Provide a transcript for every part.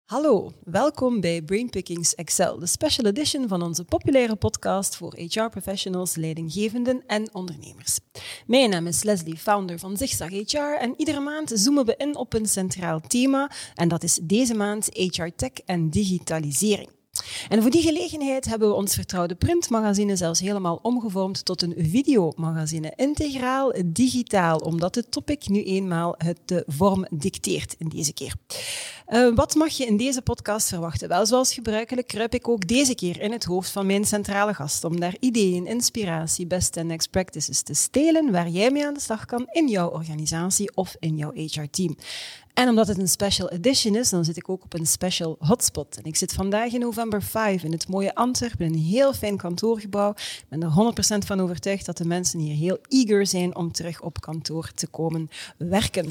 Hallo, welkom bij Brainpickings Excel, de special edition van onze populaire podcast voor HR-professionals, leidinggevenden en ondernemers. Mijn naam is Leslie, founder van Zigzag HR en iedere maand zoomen we in op een centraal thema en dat is deze maand HR-tech en digitalisering. En voor die gelegenheid hebben we ons vertrouwde printmagazine zelfs helemaal omgevormd tot een videomagazine. Integraal, digitaal, omdat het topic nu eenmaal de vorm dicteert in deze keer. Wat mag je in deze podcast verwachten? Wel, zoals gebruikelijk kruip ik ook deze keer in het hoofd van mijn centrale gast om daar ideeën, inspiratie, best en next practices te stelen waar jij mee aan de slag kan in jouw organisatie of in jouw HR-team. En omdat het een special edition is, dan zit ik ook op een special hotspot. En ik zit vandaag in November 5 in het mooie Antwerpen, in een heel fijn kantoorgebouw. Ik ben er 100% van overtuigd dat de mensen hier heel eager zijn om terug op kantoor te komen werken.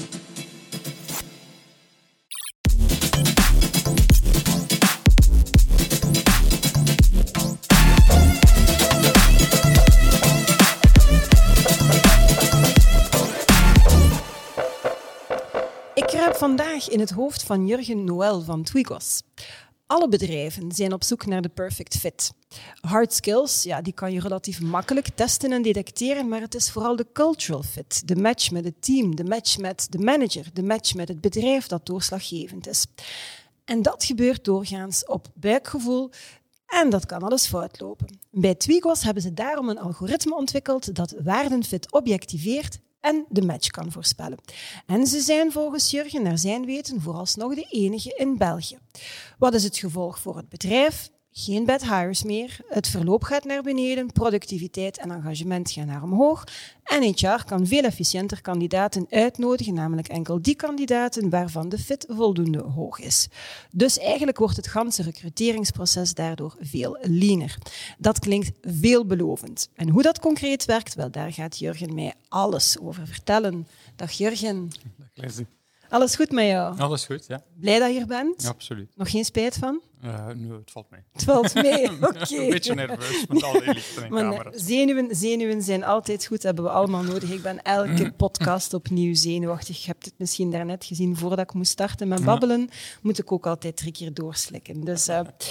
Ik kruip vandaag in het hoofd van Jurgen Noël van Twigos. Alle bedrijven zijn op zoek naar de perfect fit. Hard skills, die kan je relatief makkelijk testen en detecteren, maar het is vooral de cultural fit, de match met het team, de match met de manager, de match met het bedrijf dat doorslaggevend is. En dat gebeurt doorgaans op buikgevoel en dat kan alles fout lopen. Bij Twigos hebben ze daarom een algoritme ontwikkeld dat waardenfit objectiveert en de match kan voorspellen. En ze zijn volgens Jurgen naar zijn weten vooralsnog de enige in België. Wat is het gevolg voor het bedrijf? Geen bad hires meer, het verloop gaat naar beneden, productiviteit en engagement gaan naar omhoog en HR kan veel efficiënter kandidaten uitnodigen, namelijk enkel die kandidaten waarvan de fit voldoende hoog is. Dus eigenlijk wordt het ganse recruteringsproces daardoor veel leaner. Dat klinkt veelbelovend. En hoe dat concreet werkt, wel, daar gaat Jurgen mij alles over vertellen. Dag Jurgen. Dag Leslie. Alles goed met jou? Alles goed, ja. Blij dat je hier bent? Ja, absoluut. Nog geen spijt van? Nee, het valt mee. Het valt mee, oké. Een beetje nerveus met al die lichten en camera's. Zenuwen zijn altijd goed, hebben we allemaal nodig. Ik ben elke podcast opnieuw zenuwachtig. Je hebt het misschien daarnet gezien voordat ik moest starten met babbelen. Moet ik ook altijd 3 keer doorslikken. Dus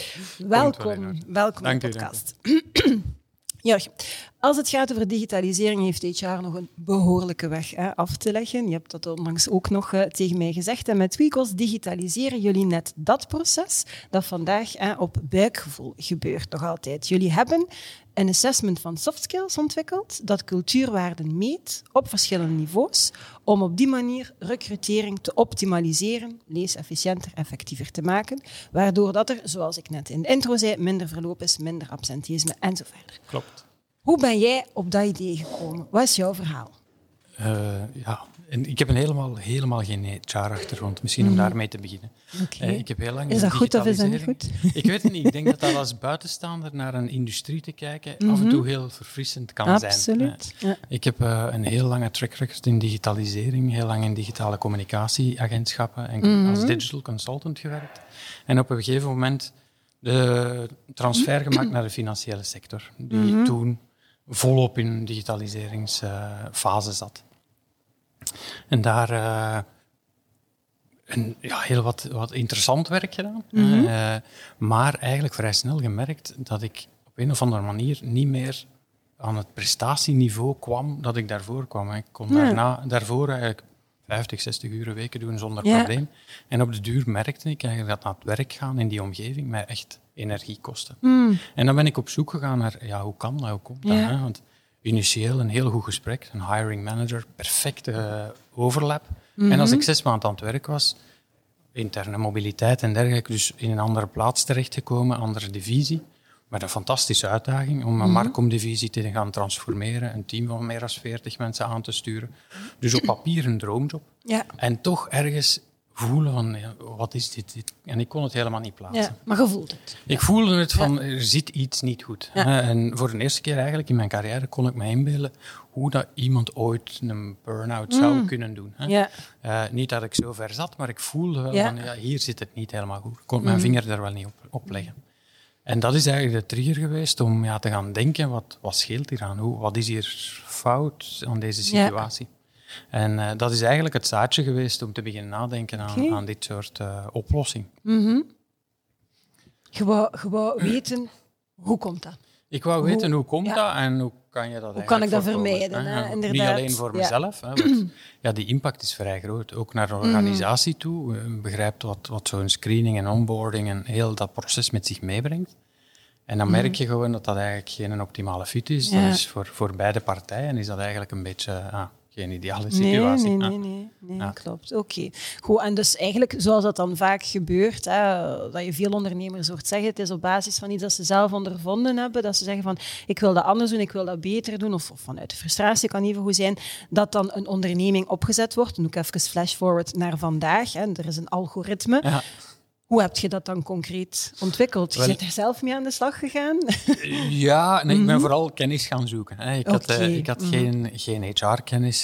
welkom in de podcast. Jurgen, als het gaat over digitalisering heeft HR nog een behoorlijke weg af te leggen. Je hebt dat onlangs ook nog tegen mij gezegd. En met Twigos digitaliseren jullie net dat proces dat vandaag op buikgevoel gebeurt nog altijd. Jullie hebben een assessment van soft skills ontwikkeld dat cultuurwaarden meet op verschillende niveaus om op die manier recrutering te optimaliseren, lees efficiënter, effectiever te maken, waardoor dat er, zoals ik net in de intro zei, minder verloop is, minder absenteïsme en zo verder. Klopt. Hoe ben jij op dat idee gekomen? Wat is jouw verhaal? En ik heb helemaal geen HR-achtergrond. Misschien om daarmee te beginnen. Okay. Ik heb heel lang is dat goed of is dat niet goed? Ik weet het niet. Ik denk dat als buitenstaander naar een industrie te kijken af en toe heel verfrissend kan zijn. Absoluut. Ja. Ik heb een heel lange track record in digitalisering, heel lang in digitale communicatieagentschappen en als digital consultant gewerkt. En op een gegeven moment de transfer gemaakt naar de financiële sector, die toen volop in digitaliseringsfase zat. En daar heel wat interessant werk gedaan. Maar eigenlijk vrij snel gemerkt dat ik op een of andere manier niet meer aan het prestatieniveau kwam dat ik daarvoor kwam. Ik kon daarvoor eigenlijk 50, 60 uur weken doen zonder probleem. En op de duur merkte ik eigenlijk dat naar het werk gaan in die omgeving mij echt energie kostte. En dan ben ik op zoek gegaan naar, hoe kan dat, hoe komt dat? Hè? Want initieel een heel goed gesprek, een hiring manager, perfecte overlap. En als ik 6 maanden aan het werk was, interne mobiliteit en dergelijke, dus in een andere plaats terechtgekomen, andere divisie, met een fantastische uitdaging om een Marcom-divisie te gaan transformeren, een team van meer dan 40 mensen aan te sturen. Dus op papier een droomjob. Ja. En toch ergens voelen van, wat is dit? En ik kon het helemaal niet plaatsen. Ja, maar je voelde het. Ik voelde het van, er zit iets niet goed. Ja. En voor de eerste keer eigenlijk in mijn carrière kon ik me inbeelden hoe dat iemand ooit een burn-out zou kunnen doen. Hè. Ja. Niet dat ik zo ver zat, maar ik voelde wel van, hier zit het niet helemaal goed. Ik kon mijn vinger daar wel niet op leggen. En dat is eigenlijk de trigger geweest om te gaan denken, wat scheelt hier aan? Wat is hier fout aan deze situatie? Ja. En dat is eigenlijk het zaadje geweest om te beginnen nadenken aan dit soort oplossing. Je wou weten, hoe komt dat? Ik wou weten, hoe komt dat en hoe kan je dat Hoe kan ik dat vermijden? Niet alleen voor mezelf. Hè, want, die impact is vrij groot. Ook naar de organisatie toe. Je begrijpt wat zo'n screening en onboarding en heel dat proces met zich meebrengt. En dan merk je gewoon dat dat eigenlijk geen optimale fit is. Dat is voor beide partijen is dat eigenlijk een beetje geen ideale situatie. Nee, klopt. Oké. Goed, en dus eigenlijk, zoals dat dan vaak gebeurt, dat je veel ondernemers hoort zeggen, het is op basis van iets dat ze zelf ondervonden hebben, dat ze zeggen van, ik wil dat anders doen, ik wil dat beter doen, of vanuit de frustratie kan even goed zijn, dat dan een onderneming opgezet wordt. En ook even flash forward naar vandaag. Er is een algoritme. Ja. Hoe heb je dat dan concreet ontwikkeld? Je bent er zelf mee aan de slag gegaan? Ja, ik ben vooral kennis gaan zoeken. Hè. Ik had geen HR-kennis,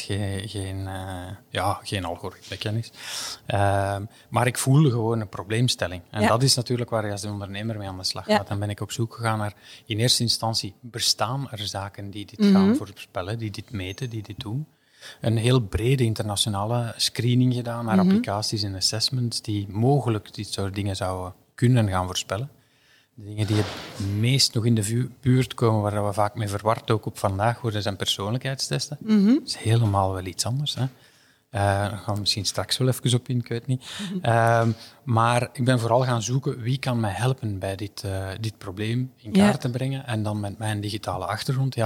geen algoritme-kennis. Maar ik voelde gewoon een probleemstelling. En dat is natuurlijk waar je als ondernemer mee aan de slag gaat. Dan ben ik op zoek gegaan naar, in eerste instantie, bestaan er zaken die dit gaan voorspellen, die dit meten, die dit doen. Een heel brede internationale screening gedaan naar applicaties en assessments die mogelijk dit soort dingen zouden kunnen gaan voorspellen. De dingen die het meest nog in de buurt komen, waar we vaak mee verward ook op vandaag worden, zijn persoonlijkheidstesten. Dat is helemaal wel iets anders. Hè. Daar gaan we misschien straks wel even op in, ik weet niet. Maar ik ben vooral gaan zoeken wie kan mij helpen bij dit probleem in kaart te brengen. En dan met mijn digitale achtergrond,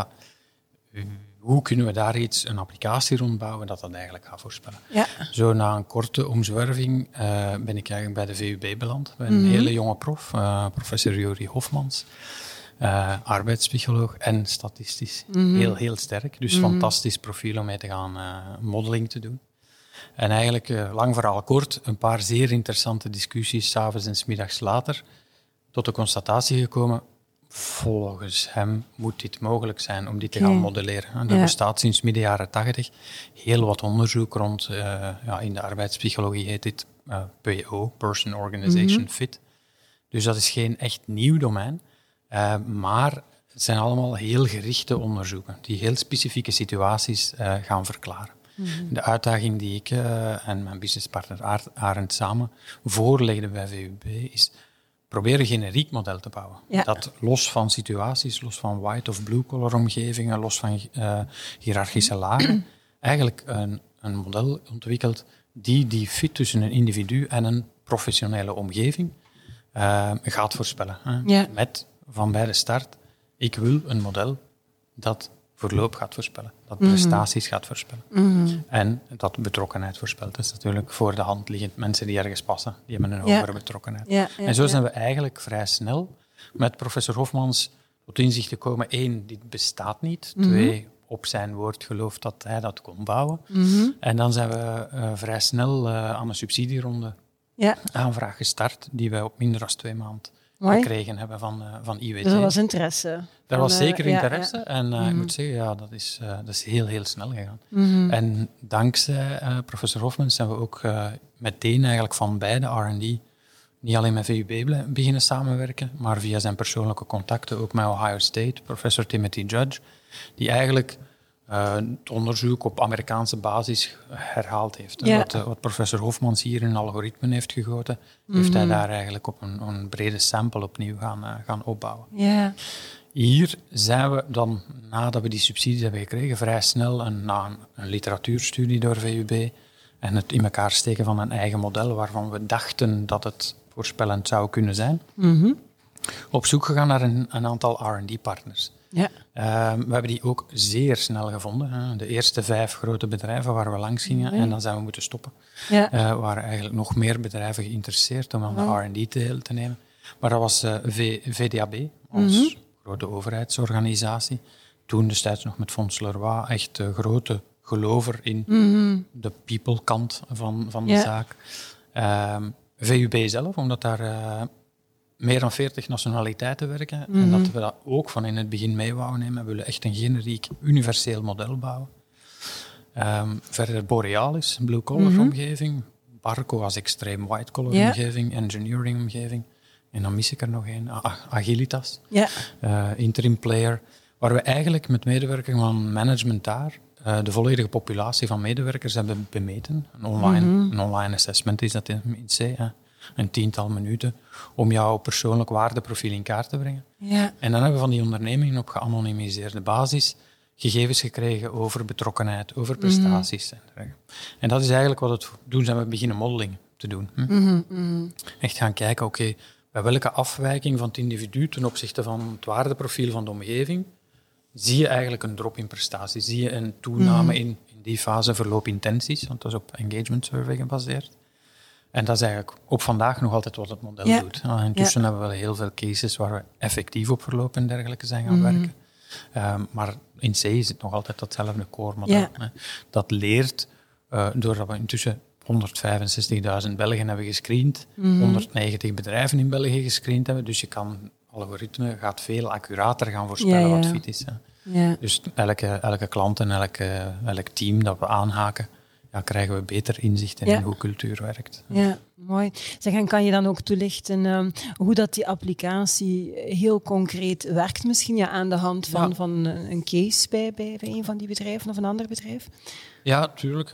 hoe kunnen we daar een applicatie rondbouwen dat eigenlijk gaat voorspellen? Ja. Zo na een korte omzwerving ben ik eigenlijk bij de VUB beland. Bij een hele jonge prof, professor Juri Hofmans. Arbeidspsycholoog en statistisch. Heel, heel sterk. Dus fantastisch profiel om mee te gaan modeling te doen. En eigenlijk, lang verhaal kort, een paar zeer interessante discussies, 's avonds en 's middags later, tot de constatatie gekomen, volgens hem moet dit mogelijk zijn om dit te gaan modelleren. Er bestaat sinds midden jaren 80 heel wat onderzoek rond, in de arbeidspsychologie heet dit PO, Person Organization Fit. Dus dat is geen echt nieuw domein, maar het zijn allemaal heel gerichte onderzoeken die heel specifieke situaties gaan verklaren. De uitdaging die ik en mijn businesspartner Arend samen voorlegden bij VUB is proberen een generiek model te bouwen. Ja. Dat los van situaties, los van white- of blue-collar omgevingen, los van hiërarchische lagen, eigenlijk een model ontwikkelt die fit tussen een individu en een professionele omgeving gaat voorspellen. Met van bij de start, ik wil een model dat verloop gaat voorspellen, dat prestaties gaat voorspellen en dat betrokkenheid voorspelt. Dat is natuurlijk voor de hand liggend. Mensen die ergens passen, die hebben een hogere betrokkenheid. En zo zijn we eigenlijk vrij snel met professor Hofmans tot inzicht gekomen. 1, dit bestaat niet. 2, op zijn woord gelooft dat hij dat kon bouwen. En dan zijn we vrij snel aan een subsidieronde aanvraag gestart, die wij op minder dan 2 maanden gekregen hebben van IWT. Dus er was interesse. Er was zeker interesse. En ik moet zeggen, dat is heel, heel snel gegaan. En dankzij professor Hofmans zijn we ook meteen eigenlijk van beide R&D niet alleen met VUB beginnen samenwerken, maar via zijn persoonlijke contacten ook met Ohio State, professor Timothy Judge, die eigenlijk het onderzoek op Amerikaanse basis herhaald heeft. Ja. Wat professor Hofmans hier in algoritmen heeft gegoten, heeft hij daar eigenlijk op een brede sample opnieuw gaan opbouwen. Ja. Hier zijn we dan, nadat we die subsidies hebben gekregen, vrij snel na een literatuurstudie door VUB en het in elkaar steken van een eigen model waarvan we dachten dat het voorspellend zou kunnen zijn, op zoek gegaan naar een aantal R&D-partners. Ja. We hebben die ook zeer snel gevonden. Hè. De eerste 5 grote bedrijven waar we langs gingen en dan zijn we moeten stoppen. Ja. Waren eigenlijk nog meer bedrijven geïnteresseerd om aan de R&D deel te nemen. Maar dat was VDAB als grote overheidsorganisatie. Toen destijds nog met Fons Leroy, echt de grote gelover in de people-kant van de zaak. VUB zelf, omdat daar meer dan 40 nationaliteiten werken en dat we dat ook van in het begin mee wouden nemen. We willen echt een generiek, universeel model bouwen. Verder Borealis, blue-collar omgeving. Barco als extreem white-collar omgeving, engineering omgeving. En dan mis ik er nog één, Agilitas, interim player, waar we eigenlijk met medewerking van management daar de volledige populatie van medewerkers hebben bemeten. Een online assessment is dat in C. een 10-tal minuten om jouw persoonlijk waardeprofiel in kaart te brengen. Ja. En dan hebben we van die ondernemingen op geanonimiseerde basis gegevens gekregen over betrokkenheid, over prestaties. En dat is eigenlijk wat het doen zijn we beginnen modeling te doen. Echt gaan kijken, oké, bij welke afwijking van het individu ten opzichte van het waardeprofiel van de omgeving zie je eigenlijk een drop in prestaties, zie je een toename in die fase verloopintenties, want dat is op engagement survey gebaseerd. En dat is eigenlijk op vandaag nog altijd wat het model doet. Intussen hebben we wel heel veel cases waar we effectief op verloop en dergelijke zijn gaan werken. Maar in C is het nog altijd datzelfde core model. Ja. Dat leert, doordat we intussen 165.000 Belgen hebben gescreend, 190 bedrijven in België gescreend hebben. Dus je kan, algoritme gaat veel accurater gaan voorspellen wat fit is. Ja. Dus elke klant en elk team dat we aanhaken, krijgen we beter inzicht in hoe cultuur werkt. Ja, mooi. Zeg, en kan je dan ook toelichten hoe dat die applicatie heel concreet werkt, misschien aan de hand van een case bij een van die bedrijven of een ander bedrijf? Ja, tuurlijk.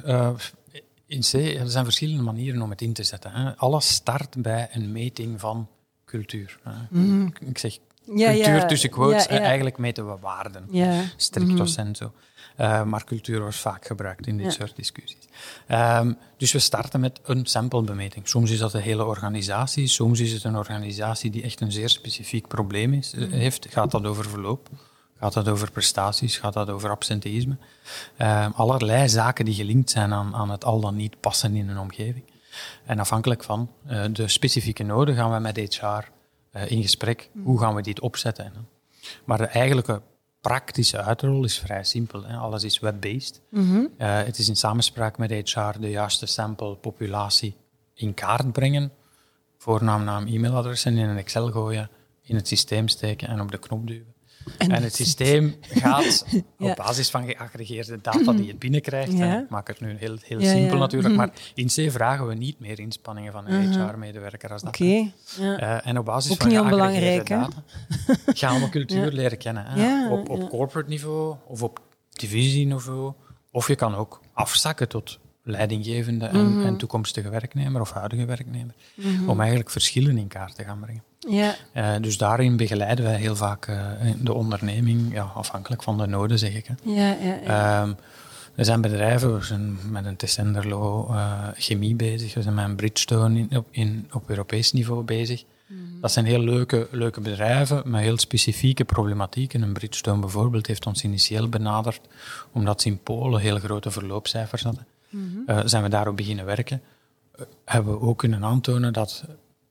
In C, er zijn verschillende manieren om het in te zetten. Hè. Alles start bij een meting van cultuur. Ik zeg cultuur tussen quotes, eigenlijk meten we waarden. Stricto sensu. Maar cultuur wordt vaak gebruikt in dit soort discussies. Dus we starten met een samplebemeting. Soms is dat een hele organisatie, soms is het een organisatie die echt een zeer specifiek probleem heeft. Gaat dat over verloop? Gaat dat over prestaties? Gaat dat over absenteïsme? Allerlei zaken die gelinkt zijn aan het al dan niet passen in een omgeving. En afhankelijk van de specifieke noden gaan we met HR in gesprek. Hoe gaan we dit opzetten? Maar de eigenlijke praktische uitrol is vrij simpel. Hè. Alles is web-based. Het is in samenspraak met HR de juiste sample-populatie in kaart brengen. Voornaam, naam, e-mailadres en in een Excel gooien, in het systeem steken en op de knop duwen. En het systeem gaat op basis van geaggregeerde data die het binnenkrijgt. Ik maak het nu heel simpel natuurlijk, maar in C vragen we niet meer inspanningen van een HR-medewerker als dat. En op basis van geaggregeerde data gaan we cultuur leren kennen. Hè? Op corporate niveau of op divisieniveau. Of je kan ook afzakken tot leidinggevende en toekomstige werknemer of huidige werknemer. Om eigenlijk verschillen in kaart te gaan brengen. Ja. Dus daarin begeleiden wij heel vaak de onderneming, afhankelijk van de noden, zeg ik. Er zijn bedrijven, we zijn met een Tessenderlo chemie bezig, we zijn met een Bridgestone op Europees niveau bezig. Dat zijn heel leuke bedrijven met heel specifieke problematieken. Een Bridgestone bijvoorbeeld heeft ons initieel benaderd, omdat ze in Polen heel grote verloopcijfers hadden. Zijn we daarop beginnen werken. Hebben we ook kunnen aantonen dat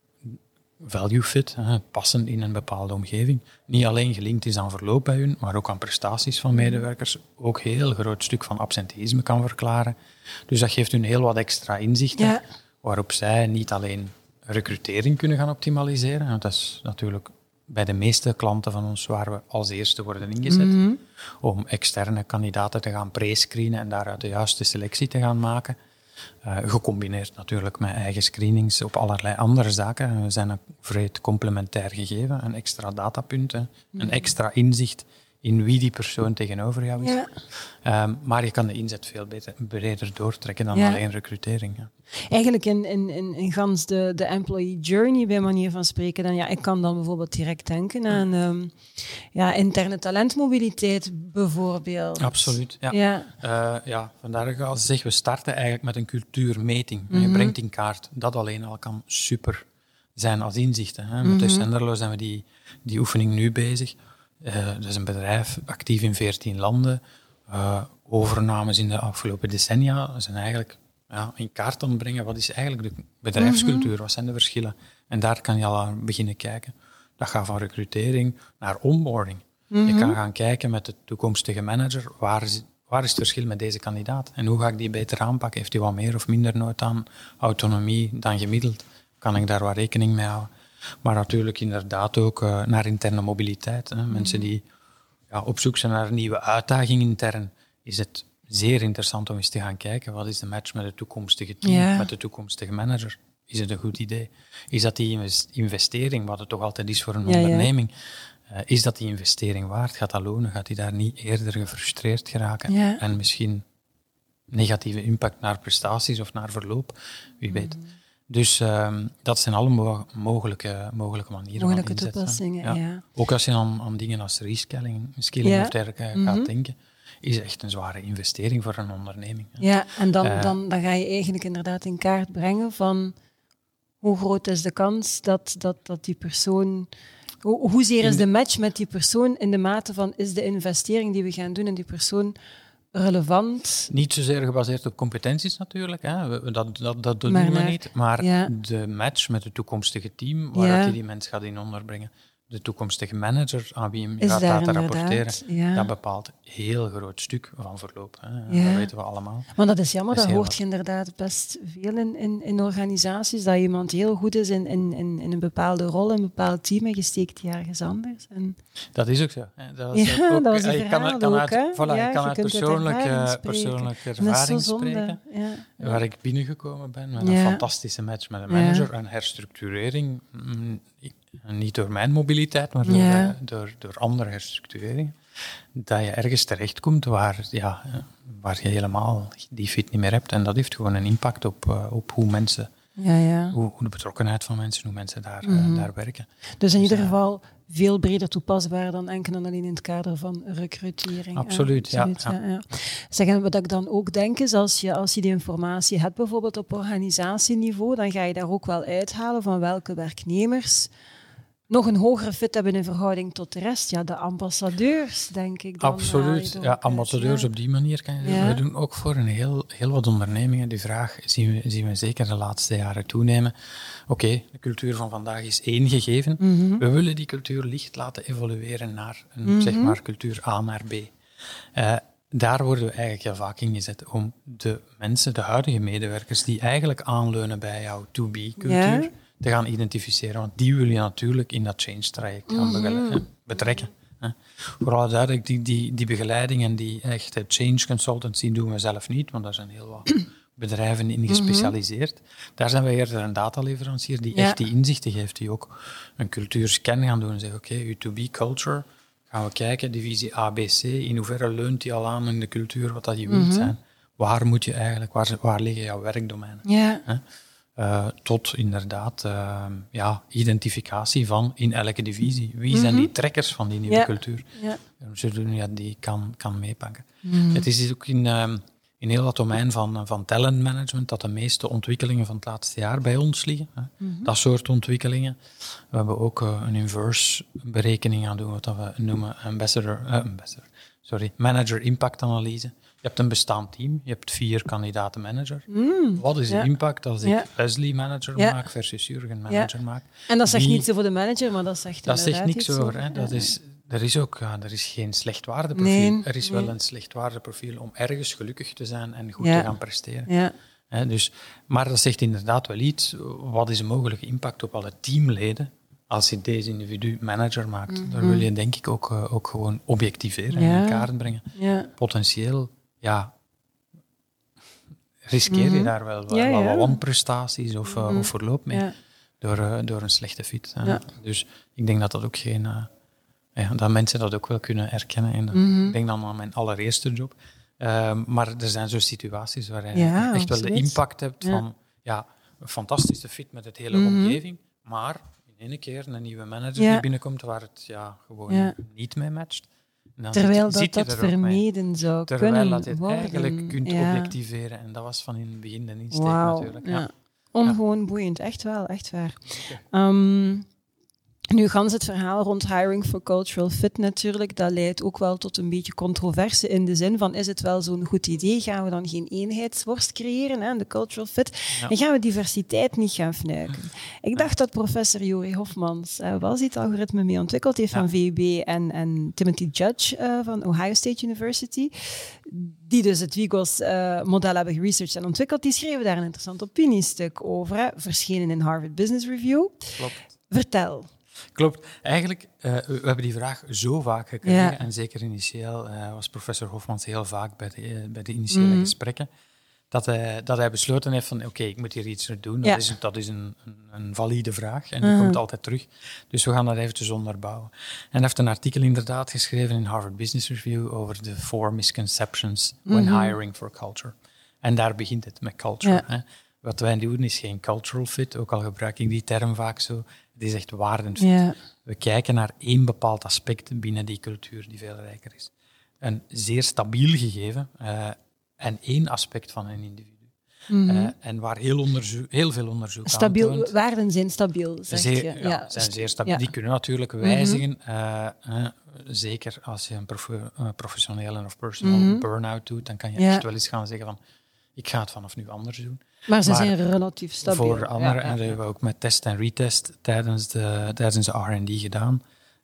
value fit, passen in een bepaalde omgeving, niet alleen gelinkt is aan verloop bij hun, maar ook aan prestaties van medewerkers, ook een heel groot stuk van absenteïsme kan verklaren. Dus dat geeft hun heel wat extra inzichten, waarop zij niet alleen recrutering kunnen gaan optimaliseren, want dat is natuurlijk bij de meeste klanten van ons waar we als eerste worden ingezet, om externe kandidaten te gaan prescreenen en daaruit de juiste selectie te gaan maken. Gecombineerd natuurlijk met eigen screenings op allerlei andere zaken. We zijn een vrij complementair gegeven, een extra datapunt, een extra inzicht in wie die persoon tegenover jou is. Maar je kan de inzet veel breder doortrekken dan alleen recrutering. Eigenlijk in gans de employee journey, bij manier van spreken, dan ik kan dan bijvoorbeeld direct denken aan interne talentmobiliteit bijvoorbeeld. Absoluut, vandaar dat ik al zeg, we starten eigenlijk met een cultuurmeting. Je brengt in kaart, dat alleen al kan super zijn als inzichten. Met Tessenderlo zijn we die oefening nu bezig. Dat is een bedrijf actief in 14 landen. Overnames in de afgelopen decennia zijn eigenlijk in kaart aan brengen. Wat is eigenlijk de bedrijfscultuur? Wat zijn de verschillen? En daar kan je al aan beginnen kijken. Dat gaat van recrutering naar onboarding. Je kan gaan kijken met de toekomstige manager, waar is het verschil met deze kandidaat? En hoe ga ik die beter aanpakken? Heeft hij wat meer of minder nood aan autonomie dan gemiddeld? Kan ik daar wat rekening mee houden? Maar natuurlijk inderdaad ook naar interne mobiliteit. Hè. Mensen die op zoek zijn naar een nieuwe uitdaging intern, is het zeer interessant om eens te gaan kijken, wat is de match met het toekomstige team, met de toekomstige manager? Is het een goed idee? Is dat die investering, wat het toch altijd is voor een onderneming, is dat die investering waard? Gaat dat lonen? Gaat die daar niet eerder gefrustreerd geraken? En misschien negatieve impact naar prestaties of naar verloop? Wie weet. Dus dat zijn alle mogelijke manieren van inzetten. Toepassingen, ja. Ook als je aan dingen als reskilling of dergelijke gaat denken, is echt een zware investering voor een onderneming. Ja, en dan ga je eigenlijk inderdaad in kaart brengen van hoe groot is de kans dat die persoon... Hoezeer is de match met die persoon in de mate van is de investering die we gaan doen in die persoon relevant? Niet zozeer gebaseerd op competenties natuurlijk, hè. Dat doen we niet. Maar de match met het toekomstige team waar je die mens gaat in onderbrengen. De toekomstige manager aan wie je gaat laten rapporteren, dat bepaalt een heel groot stuk van verloop. Hè. Dat weten we allemaal. Maar dat is jammer, dat hoort je inderdaad best veel in organisaties, dat iemand heel goed is in een bepaalde rol, in een bepaald team, en je steekt die ergens anders. En... Dat is ook zo. Dat is ook, dat was een verhaal ook. Je kan uit persoonlijke ervaring spreken. Ja. Waar ik binnengekomen ben met een fantastische match met een manager, een herstructurering. Niet door mijn mobiliteit, maar door andere herstructureringen. Dat je ergens terechtkomt waar je helemaal die fit niet meer hebt. En dat heeft gewoon een impact op hoe mensen, hoe de betrokkenheid van mensen, hoe mensen daar werken. Dus in ieder geval veel breder toepasbaar dan enkel en alleen in het kader van recrutering. Absoluut, ja. Zeggen, wat ik dan ook denk is, als je die informatie hebt, bijvoorbeeld op organisatieniveau, dan ga je daar ook wel uithalen van welke werknemers nog een hogere fit hebben in verhouding tot de rest. Ja, de ambassadeurs, denk ik dan. Absoluut. Ambassadeurs op die manier kan je doen. We doen ook voor een heel wat ondernemingen die vraag zien we zeker de laatste jaren toenemen. Oké, de cultuur van vandaag is 1 gegeven. We willen die cultuur licht laten evolueren naar een zeg maar cultuur A naar B. Daar worden we eigenlijk heel vaak ingezet om de mensen, de huidige medewerkers, die eigenlijk aanleunen bij jouw to-be-cultuur, te gaan identificeren. Want die wil je natuurlijk in dat change-traject gaan betrekken. Vooral duidelijk, die begeleiding en die echte change consultancy doen we zelf niet, want daar zijn heel wat bedrijven in gespecialiseerd. Daar zijn we eerder een dataleverancier die echt die inzichten geeft, die ook een cultuurscan gaan doen en zeggen, oké, uw to-be-culture, gaan we kijken, divisie ABC, in hoeverre leunt die al aan in de cultuur wat dat je wilt zijn. Waar moet je eigenlijk, waar liggen jouw werkdomeinen? Tot inderdaad identificatie van in elke divisie. Wie zijn die trekkers van die nieuwe cultuur? Zodat je die kan meepakken. Het is ook in heel dat domein van talentmanagement dat de meeste ontwikkelingen van het laatste jaar bij ons liggen. Dat soort ontwikkelingen. We hebben ook een inverse berekening aan doen, wat we noemen manager impact analyse. Je hebt een bestaand team, je hebt 4 kandidaten manager. Wat is de impact als ik Leslie manager maak versus Jurgen manager maak? En dat zegt niets over de manager, maar dat zegt dat zegt niks over. Er is geen slecht waardeprofiel. Nee, er is wel een slecht waardeprofiel om ergens gelukkig te zijn en goed te gaan presteren. Maar dat zegt inderdaad wel iets. Wat is een mogelijke impact op alle teamleden als je deze individu manager maakt? Daar wil je denk ik ook gewoon objectiveren en in kaart brengen. Potentieel riskeer je daar wel wat wanprestaties of verloop mee door een slechte fit. Dus ik denk dat ook geen... dat mensen dat ook wel kunnen herkennen. En ik denk dan aan mijn allereerste job. Maar er zijn zo situaties waar je echt wel de impact hebt van een fantastische fit met het hele omgeving, maar in één keer een nieuwe manager die binnenkomt waar het gewoon niet mee matcht. Terwijl dat vermeden zou kunnen worden. Terwijl dat je het eigenlijk kunt objectiveren. En dat was van in het begin de insteek natuurlijk. Ongewoon boeiend. Echt wel, echt waar. Nu, gans het verhaal rond hiring for cultural fit natuurlijk, dat leidt ook wel tot een beetje controverse in de zin van, is het wel zo'n goed idee? Gaan we dan geen eenheidsworst creëren, de cultural fit? En gaan we diversiteit niet gaan fnuiken? Ik dacht dat professor Jori Hofmans wel dit algoritme mee ontwikkeld heeft van VUB en Timothy Judge van Ohio State University, die dus het WIGOS-model hebben geresearched en ontwikkeld. Die schreven daar een interessant opiniestuk over, verschenen in Harvard Business Review. Klopt. Vertel. Klopt. Eigenlijk, we hebben die vraag zo vaak gekregen. En zeker initieel was professor Hofmans heel vaak bij de initiële gesprekken. Dat hij besloten heeft van, oké, ik moet hier iets mee doen. Dat is een valide vraag en die komt altijd terug. Dus we gaan dat eventjes onderbouwen. En hij heeft een artikel inderdaad geschreven in Harvard Business Review over de 4 misconceptions when hiring for culture. En daar begint het met culture. wat wij doen is geen cultural fit, ook al gebruik ik die term vaak zo. Het is echt waardenfit. Ja. We kijken naar één bepaald aspect binnen die cultuur die veel rijker is. Een zeer stabiel gegeven en één aspect van een individu. En waar heel veel onderzoek stabiel, aantoont. Waarden zijn stabiel, zeg je. Zijn zeer stabiel. Ja. Die kunnen natuurlijk wijzigen. Zeker als je een professionele of personal burn-out doet, dan kan je echt wel eens gaan zeggen van ik ga het vanaf nu anders doen. Maar ze zijn relatief stabiel. Voor anderen, en dat hebben we ook met test en retest tijdens de R&D gedaan.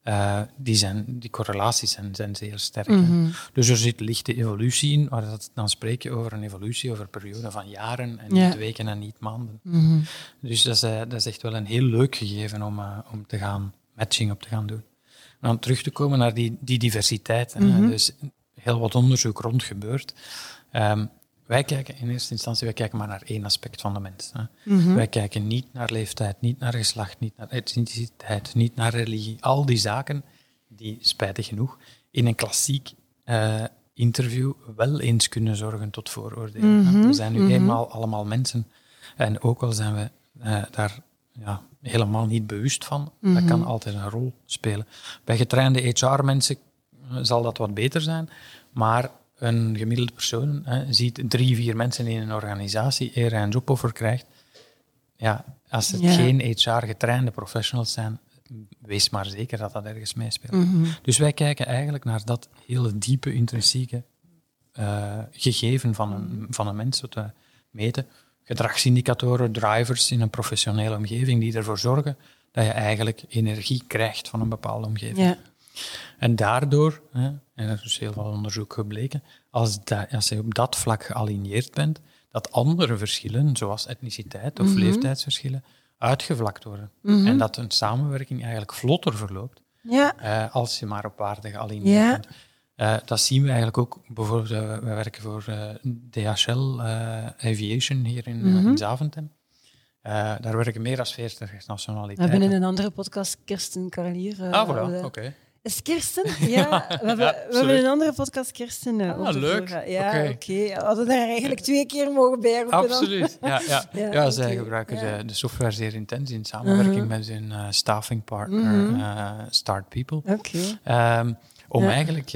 Die correlaties zijn zeer sterk. Dus er zit lichte evolutie in, maar dan spreek je over een evolutie over een periode van jaren en niet weken en niet maanden. Dus dat is echt wel een heel leuk gegeven om te gaan matching op te gaan doen. En dan terug te komen naar die diversiteit. Dus heel wat onderzoek rond gebeurt. Wij kijken in eerste instantie maar naar één aspect van de mens. Wij kijken niet naar leeftijd, niet naar geslacht, niet naar etniciteit, niet naar religie. Al die zaken die, spijtig genoeg, in een klassiek interview wel eens kunnen zorgen tot vooroordelen. We zijn nu eenmaal allemaal mensen. En ook al zijn we daar helemaal niet bewust van, dat kan altijd een rol spelen. Bij getrainde HR-mensen zal dat wat beter zijn, maar een gemiddelde persoon ziet 3-4 mensen in een organisatie eer hij een joboffer krijgt. Ja, als het geen HR-getrainde professionals zijn, wees maar zeker dat dat ergens meespeelt. Dus wij kijken eigenlijk naar dat hele diepe, intrinsieke gegeven van een mens te meten. Gedragsindicatoren, drivers in een professionele omgeving die ervoor zorgen dat je eigenlijk energie krijgt van een bepaalde omgeving. Ja. En daardoor, en er is dus heel veel onderzoek gebleken, als je op dat vlak gealigneerd bent, dat andere verschillen, zoals etniciteit of leeftijdsverschillen, uitgevlakt worden. En dat een samenwerking eigenlijk vlotter verloopt, als je maar op waarde gealigneerd bent. Dat zien we eigenlijk ook, bijvoorbeeld, we werken voor DHL Aviation hier in Zaventem. Daar werken meer dan 40 nationaliteiten. We hebben in een andere podcast Kirsten Carlier. Voilà, oké. Is Kirsten? Ja, we hebben een andere podcast Kirsten. Leuk. Ja, oké. We hadden daar eigenlijk 2 keer mogen bijroepen. Absoluut. Zij gebruiken de software zeer intens in samenwerking met hun staffing partner Start People. Om eigenlijk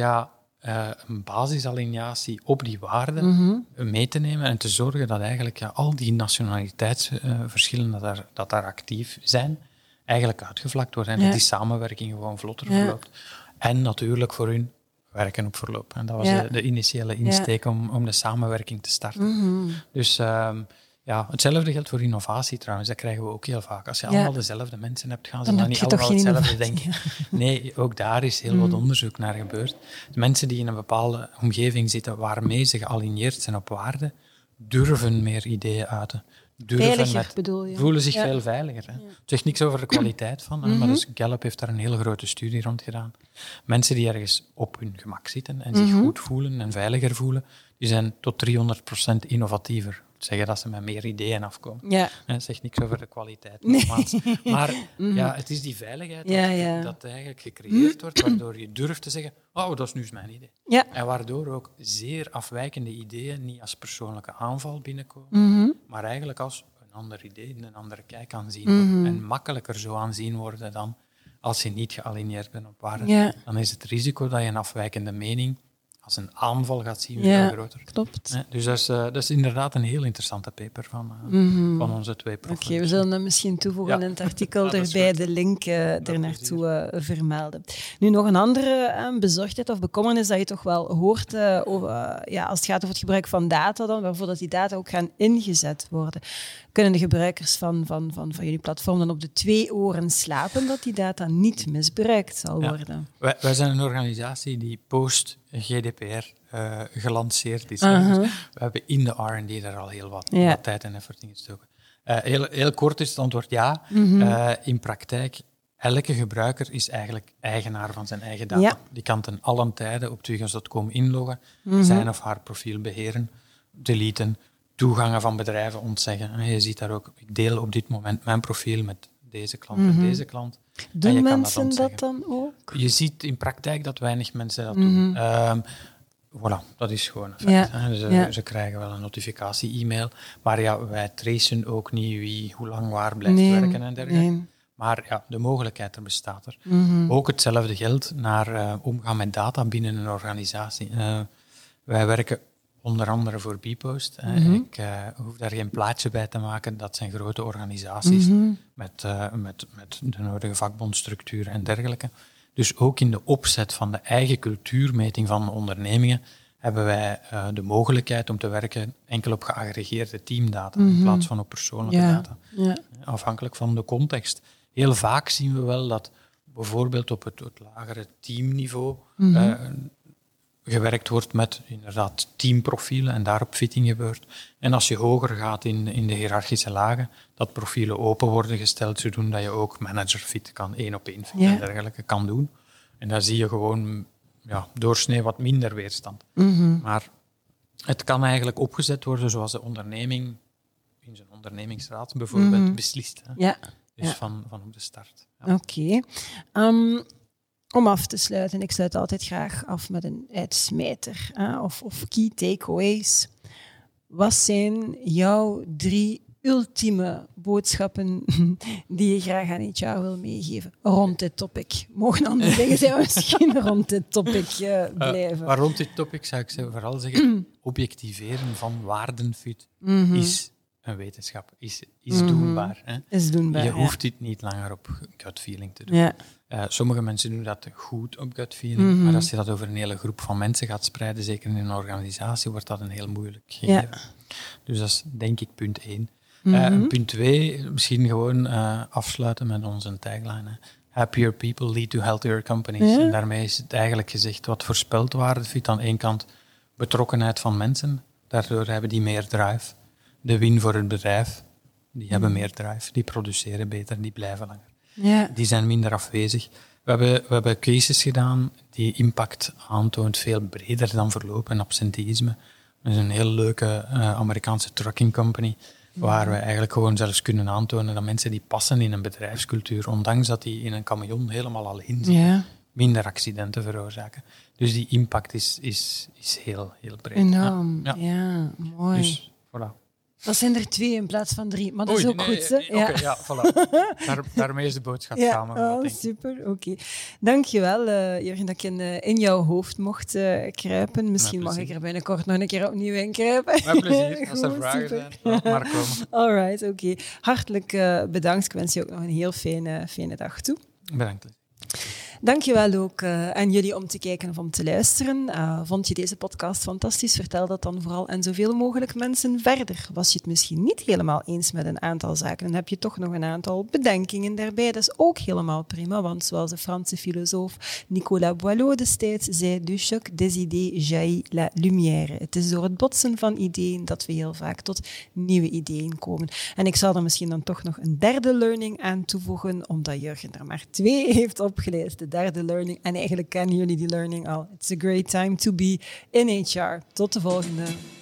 een basisalineatie op die waarden mee te nemen en te zorgen dat eigenlijk al die nationaliteitsverschillen dat daar actief zijn, eigenlijk uitgevlakt worden en dat die samenwerking gewoon vlotter verloopt. En natuurlijk voor hun werken op verloop. En dat was de initiële insteek om de samenwerking te starten. Dus hetzelfde geldt voor innovatie trouwens. Dat krijgen we ook heel vaak. Als je allemaal dezelfde mensen hebt, gaan ze dan niet allemaal hetzelfde denken. Nee, ook daar is heel wat onderzoek naar gebeurd. De mensen die in een bepaalde omgeving zitten waarmee ze gealigneerd zijn op waarden, durven meer ideeën uiten. Veiliger, bedoel je? Voelen zich veel veiliger. Het zegt niks over de kwaliteit van, maar dus Gallup heeft daar een hele grote studie rond gedaan. Mensen die ergens op hun gemak zitten en zich goed voelen en veiliger voelen, die zijn tot 300% innovatiever. Zeggen dat ze met meer ideeën afkomen. Het zegt niks over de kwaliteit. Maar het is die veiligheid dat eigenlijk gecreëerd wordt, waardoor je durft te zeggen, dat is nu eens mijn idee. En waardoor ook zeer afwijkende ideeën niet als persoonlijke aanval binnenkomen, maar eigenlijk als een ander idee, een andere kijk aanzien worden. En makkelijker zo aanzien worden dan als je niet gealigneerd bent op waarden. Dan is het risico dat je een afwijkende mening als een aanval gaat zien, veel groter. Klopt. Dus dat is inderdaad een heel interessante paper van onze 2 profs. Oké, we zullen dat misschien toevoegen in het artikel, erbij de link er naartoe vermelden. Nu, nog een andere bezorgdheid of bekommernis dat je toch wel hoort over, als het gaat over het gebruik van data, dan, waarvoor dat die data ook gaan ingezet worden. Kunnen de gebruikers van jullie platform dan op de 2 oren slapen dat die data niet misbruikt zal worden? Wij zijn een organisatie die post-GDPR gelanceerd is. Dus we hebben in de R&D daar al heel wat tijd en effort in gestoken. Heel kort is het antwoord ja. In praktijk, elke gebruiker is eigenlijk eigenaar van zijn eigen data. Die kan ten allen tijde op Twiggons.com inloggen, zijn of haar profiel beheren, deleten, toegangen van bedrijven ontzeggen. En je ziet daar ook, ik deel op dit moment mijn profiel met deze klant en deze klant. Doen mensen dat dan ook? Je ziet in praktijk dat weinig mensen dat doen. Voilà, dat is gewoon een feit. Ja. Hè. Ze krijgen wel een notificatie-e-mail, maar ja, wij tracen ook niet wie hoe lang waar blijft werken en dergelijke. Nee. Maar ja, de mogelijkheid er bestaat er. Mhm. Ook hetzelfde geldt naar omgaan met data binnen een organisatie. Wij werken onder andere voor Bpost. Ik hoef daar geen plaatje bij te maken. Dat zijn grote organisaties met de nodige vakbondstructuur en dergelijke. Dus ook in de opzet van de eigen cultuurmeting van ondernemingen hebben wij de mogelijkheid om te werken enkel op geaggregeerde teamdata in plaats van op persoonlijke data. Ja. Afhankelijk van de context. Heel vaak zien we wel dat bijvoorbeeld op het lagere teamniveau gewerkt wordt met inderdaad teamprofielen en daarop fitting gebeurt. En als je hoger gaat in de hiërarchische lagen, dat profielen open worden gesteld, zodat je ook managerfit kan, 1-op-1 fit en dergelijke kan doen. En daar zie je gewoon doorsnee wat minder weerstand. Maar het kan eigenlijk opgezet worden zoals de onderneming in zijn ondernemingsraad bijvoorbeeld beslist. Hè. Ja. Dus van op de start. Ja. Oké. Om af te sluiten, ik sluit altijd graag af met een uitsmijter of key takeaways. Wat zijn jouw 3 ultieme boodschappen die je graag aan HR wil meegeven rond dit topic? Mogen andere dingen zijn misschien rond dit topic blijven? Maar rond dit topic zou ik vooral zeggen, objectiveren van waardenfit is een wetenschap, is doenbaar. Hè? Is doenbaar, je hoeft dit niet langer op gut feeling te doen. Ja. Sommige mensen doen dat goed op gut feeling, maar als je dat over een hele groep van mensen gaat spreiden, zeker in een organisatie, wordt dat een heel moeilijk gegeven. Ja. Dus dat is denk ik punt 1. Punt 2, misschien gewoon afsluiten met onze tagline. Hè. Happier people lead to healthier companies. Ja. En daarmee is het eigenlijk gezegd wat voorspeld waardefit. Aan één kant betrokkenheid van mensen, daardoor hebben die meer drive. De win voor het bedrijf, die hebben meer drive, die produceren beter, die blijven langer. Ja. Die zijn minder afwezig. We hebben cases gedaan die impact aantoont veel breder dan verloop en absenteïsme. Dat is een heel leuke Amerikaanse trucking company, waar we eigenlijk gewoon zelfs kunnen aantonen dat mensen die passen in een bedrijfscultuur, ondanks dat die in een camion helemaal alleen zitten, minder accidenten veroorzaken. Dus die impact is heel, heel breed. Enorm, ja mooi. Dus, voilà. Dat zijn er 2 in plaats van 3, maar dat is ook goed. Hè? Oké, voilà. Daarmee is de boodschap samen. Super, oké. Dankjewel, Jurgen, dat ik in jouw hoofd mocht kruipen. Misschien mag ik er binnenkort nog een keer opnieuw in kruipen. Met plezier, als er vragen zijn. Laat maar komen. Alright, oké. Hartelijk bedankt. Ik wens je ook nog een heel fijne dag toe. Bedankt. Dankjewel ook aan jullie om te kijken of om te luisteren. Vond je deze podcast fantastisch? Vertel dat dan vooral aan zoveel mogelijk mensen verder. Was je het misschien niet helemaal eens met een aantal zaken, dan heb je toch nog een aantal bedenkingen daarbij. Dat is ook helemaal prima, want zoals de Franse filosoof Nicolas Boileau destijds zei, du choc des idées jaillit la lumière. Het is door het botsen van ideeën dat we heel vaak tot nieuwe ideeën komen. En ik zal er misschien dan toch nog een 3e learning aan toevoegen, omdat Jurgen er maar 2 heeft opgelezen. De 3e learning. En eigenlijk kennen jullie die learning al. It's a great time to be in HR. Tot de volgende.